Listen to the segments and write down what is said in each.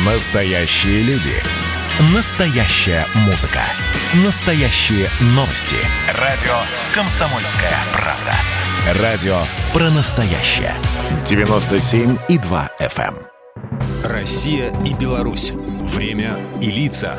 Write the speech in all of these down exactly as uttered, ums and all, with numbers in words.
Настоящие люди. Настоящая музыка. Настоящие новости. Радио «Комсомольская правда». Радио про настоящее. девяносто семь и два эф эм. Россия и Беларусь. Время и лица.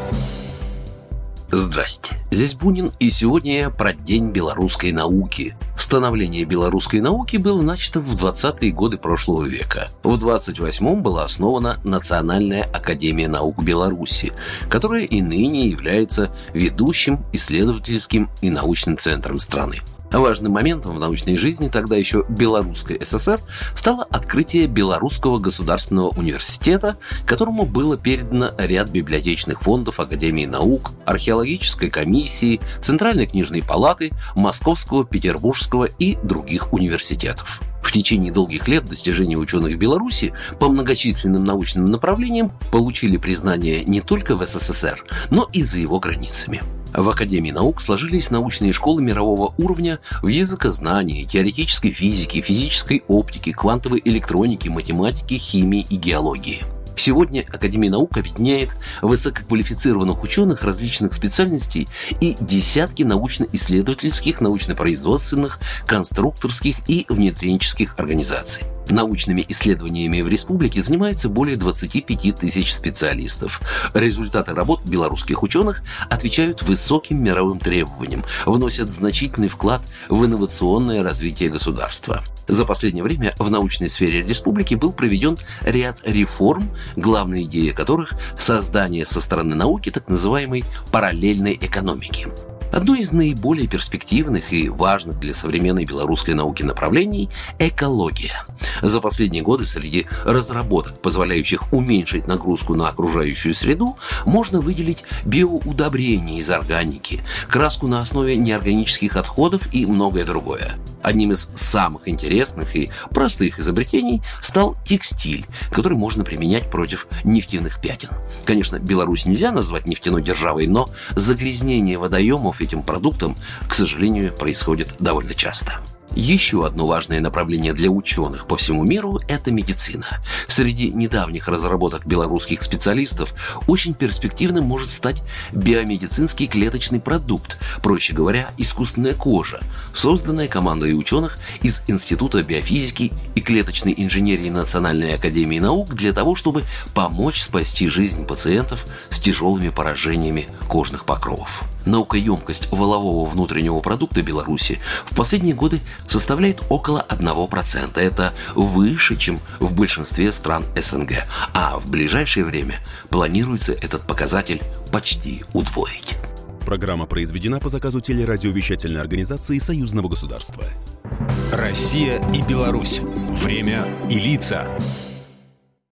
Здрасте, здесь Бунин, и сегодня про День белорусской науки. Становление белорусской науки было начато в двадцатые годы прошлого века. В двадцать восьмом была основана Национальная академия наук Беларуси, которая и ныне является ведущим исследовательским и научным центром страны. Важным моментом в научной жизни тогда еще Белорусской ССР стало открытие Белорусского государственного университета, которому было передано ряд библиотечных фондов Академии наук, археологической комиссии, Центральной книжной палаты, Московского, Петербургского и других университетов. В течение долгих лет достижения ученых Беларуси по многочисленным научным направлениям получили признание не только в СССР, но и за его границами. В Академии наук сложились научные школы мирового уровня в языкознании, теоретической физике, физической оптике, квантовой электронике, математике, химии и геологии. Сегодня Академия наук объединяет высококвалифицированных ученых различных специальностей и десятки научно-исследовательских, научно-производственных, конструкторских и внедренческих организаций. Научными исследованиями в республике занимается более двадцати пяти тысяч специалистов. Результаты работ белорусских ученых отвечают высоким мировым требованиям, вносят значительный вклад в инновационное развитие государства. За последнее время в научной сфере республики был проведен ряд реформ, главная идея которых – создание со стороны науки так называемой параллельной экономики. Одно из наиболее перспективных и важных для современной белорусской науки направлений – экология. За последние годы среди разработок, позволяющих уменьшить нагрузку на окружающую среду, можно выделить биоудобрения из органики, краску на основе неорганических отходов и многое другое. Одним из самых интересных и простых изобретений стал текстиль, который можно применять против нефтяных пятен. Конечно, Беларусь нельзя назвать нефтяной державой, но загрязнение водоемов этим продуктом, к сожалению, происходит довольно часто. Еще одно важное направление для ученых по всему миру – это медицина. Среди недавних разработок белорусских специалистов очень перспективным может стать биомедицинский клеточный продукт, проще говоря, искусственная кожа, созданная командой ученых из Института биофизики и клеточной инженерии Национальной академии наук для того, чтобы помочь спасти жизнь пациентов с тяжелыми поражениями кожных покровов. Наукоемкость валового внутреннего продукта Беларуси в последние годы составляет около одного процента. Это выше, чем в большинстве стран СНГ. А в ближайшее время планируется этот показатель почти удвоить. Программа произведена по заказу телерадиовещательной организации Союзного государства. Россия и Беларусь. Время и лица.